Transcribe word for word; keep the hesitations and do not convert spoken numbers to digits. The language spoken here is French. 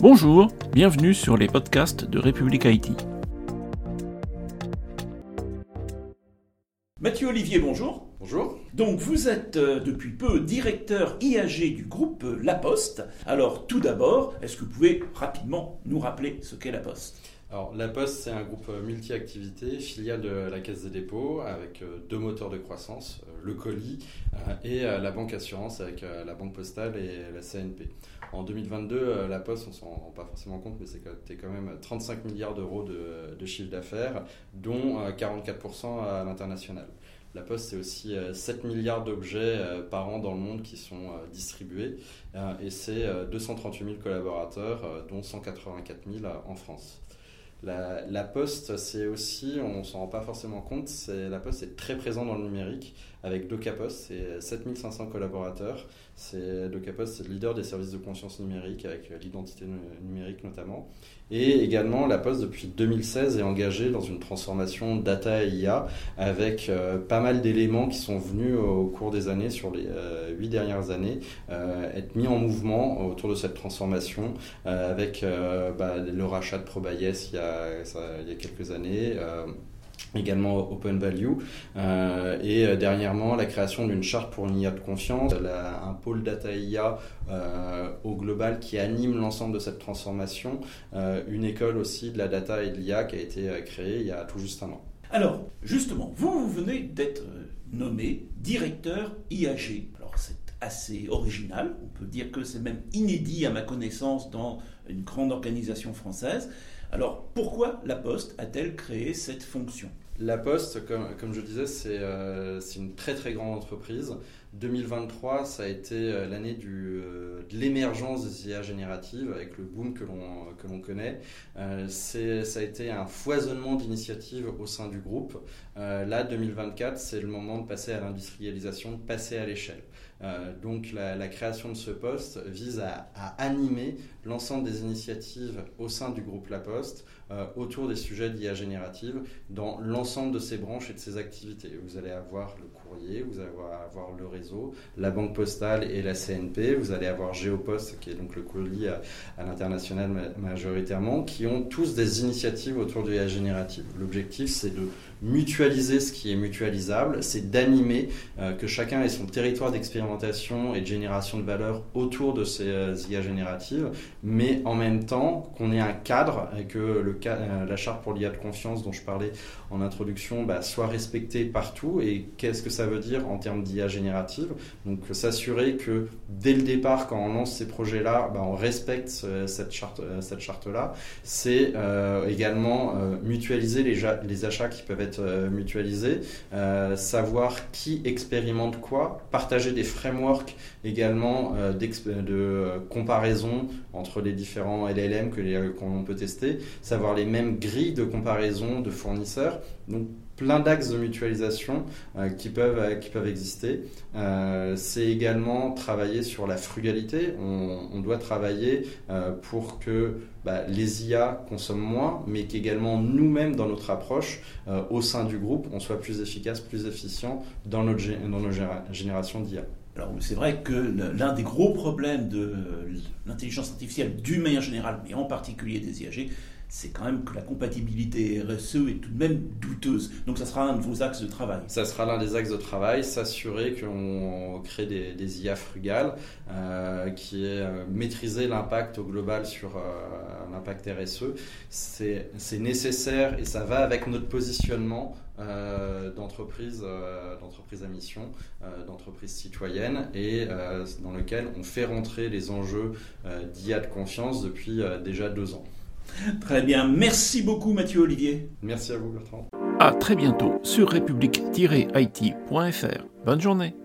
Bonjour, bienvenue sur les podcasts de République I T. Mathieu Olivier, bonjour. Bonjour. Donc vous êtes euh, depuis peu directeur I A G du groupe euh, La Poste. Alors tout d'abord, est-ce que vous pouvez rapidement nous rappeler ce qu'est La Poste ? Alors, La Poste, c'est un groupe multi-activités, filiale de la Caisse des dépôts, avec deux moteurs de croissance, le colis et la banque assurance avec la banque postale et la C N P. En deux mille vingt-deux, La Poste, on ne s'en rend pas forcément compte, mais c'était quand même trente-cinq milliards d'euros de, de chiffre d'affaires, dont quarante-quatre pour cent à l'international. La Poste, c'est aussi sept milliards d'objets par an dans le monde qui sont distribués et c'est deux cent trente-huit mille collaborateurs, dont cent quatre-vingt-quatre mille en France. La, la Poste, c'est aussi, on ne s'en rend pas forcément compte, c'est, la Poste est très présente dans le numérique avec DocaPost, c'est sept mille cinq cents collaborateurs. C'est, DocaPost, c'est le leader des services de conscience numérique avec l'identité numérique notamment. Et également, la Poste, depuis deux mille seize, est engagée dans une transformation data et I A avec euh, pas mal d'éléments qui sont venus au cours des années, sur les euh, huit dernières années, euh, être mis en mouvement autour de cette transformation euh, avec euh, bah, le rachat de ProBayes il y a, ça, il y a quelques années. Euh, également Open Value euh, et euh, dernièrement la création d'une charte pour une I A de confiance, la, un pôle data I A euh, au global qui anime l'ensemble de cette transformation, euh, une école aussi de la data et de l'I A qui a été euh, créée il y a tout juste un an. Alors justement, vous, vous venez d'être nommé directeur I A G. Alors c'est assez original, on peut dire que c'est même inédit à ma connaissance dans une grande organisation française. Alors, pourquoi La Poste a-t-elle créé cette fonction ? La Poste, comme, comme je disais, c'est, euh, c'est une très très grande entreprise. deux mille vingt-trois, ça a été l'année du, euh, de l'émergence des I A génératives avec le boom que l'on, que l'on connaît. Euh, c'est, ça a été un foisonnement d'initiatives au sein du groupe. Euh, là, deux mille vingt-quatre, c'est le moment de passer à l'industrialisation, de passer à l'échelle. Euh, donc la, la création de ce poste vise à, à animer l'ensemble des initiatives au sein du groupe La Poste euh, autour des sujets d'I A générative dans l'ensemble de ses branches et de ses activités. Vous allez avoir le courrier, vous allez avoir le réseau, la banque postale et la C N P, vous allez avoir Géopost qui est donc le colis à, à l'international majoritairement, qui ont tous des initiatives autour de l'I A générative. L'objectif, c'est de mutualiser ce qui est mutualisable, c'est d'animer, euh, que chacun ait son territoire d'expérimentation et de génération de valeur autour de ces euh, I A génératives, mais en même temps qu'on ait un cadre et que le, euh, la charte pour l'I A de confiance dont je parlais en introduction bah, soit respectée partout. Et qu'est-ce que ça veut dire en termes d'I A générative ? Donc s'assurer que dès le départ, quand on lance ces projets-là, bah, on respecte euh, cette, charte, euh, cette charte-là. C'est euh, également euh, mutualiser les, ja- les achats qui peuvent être mutualisés, euh, savoir qui expérimente quoi, partager des frameworks également euh, de euh, comparaison entre les différents L L M que les, qu'on peut tester, savoir les mêmes grilles de comparaison de fournisseurs. Donc plein d'axes de mutualisation euh, qui, peuvent, euh, qui peuvent exister. Euh, c'est également travailler sur la frugalité. On, on doit travailler euh, pour que bah, les I A consomment moins, mais qu'également nous-mêmes, dans notre approche, euh, au sein du groupe, on soit plus efficace, plus efficient dans, notre, dans nos générations d'I A. Alors c'est vrai que l'un des gros problèmes de l'intelligence artificielle d'une manière générale, mais en particulier des I A G, c'est quand même que la compatibilité R S E est tout de même douteuse. Donc ça sera un de vos axes de travail. Ça sera l'un des axes de travail, s'assurer qu'on crée des, des I A frugales, euh, qui est euh, maîtriser l'impact au global sur euh, l'impact R S E. C'est, c'est nécessaire et ça va avec notre positionnement euh, d'entreprise, euh, d'entreprise à mission, euh, d'entreprise citoyenne et euh, dans lequel on fait rentrer les enjeux euh, d'I A de confiance depuis euh, déjà deux ans. Très bien, merci beaucoup Mathieu Olivier. Merci à vous Bertrand. À très bientôt sur république tiret I T point F R. Bonne journée.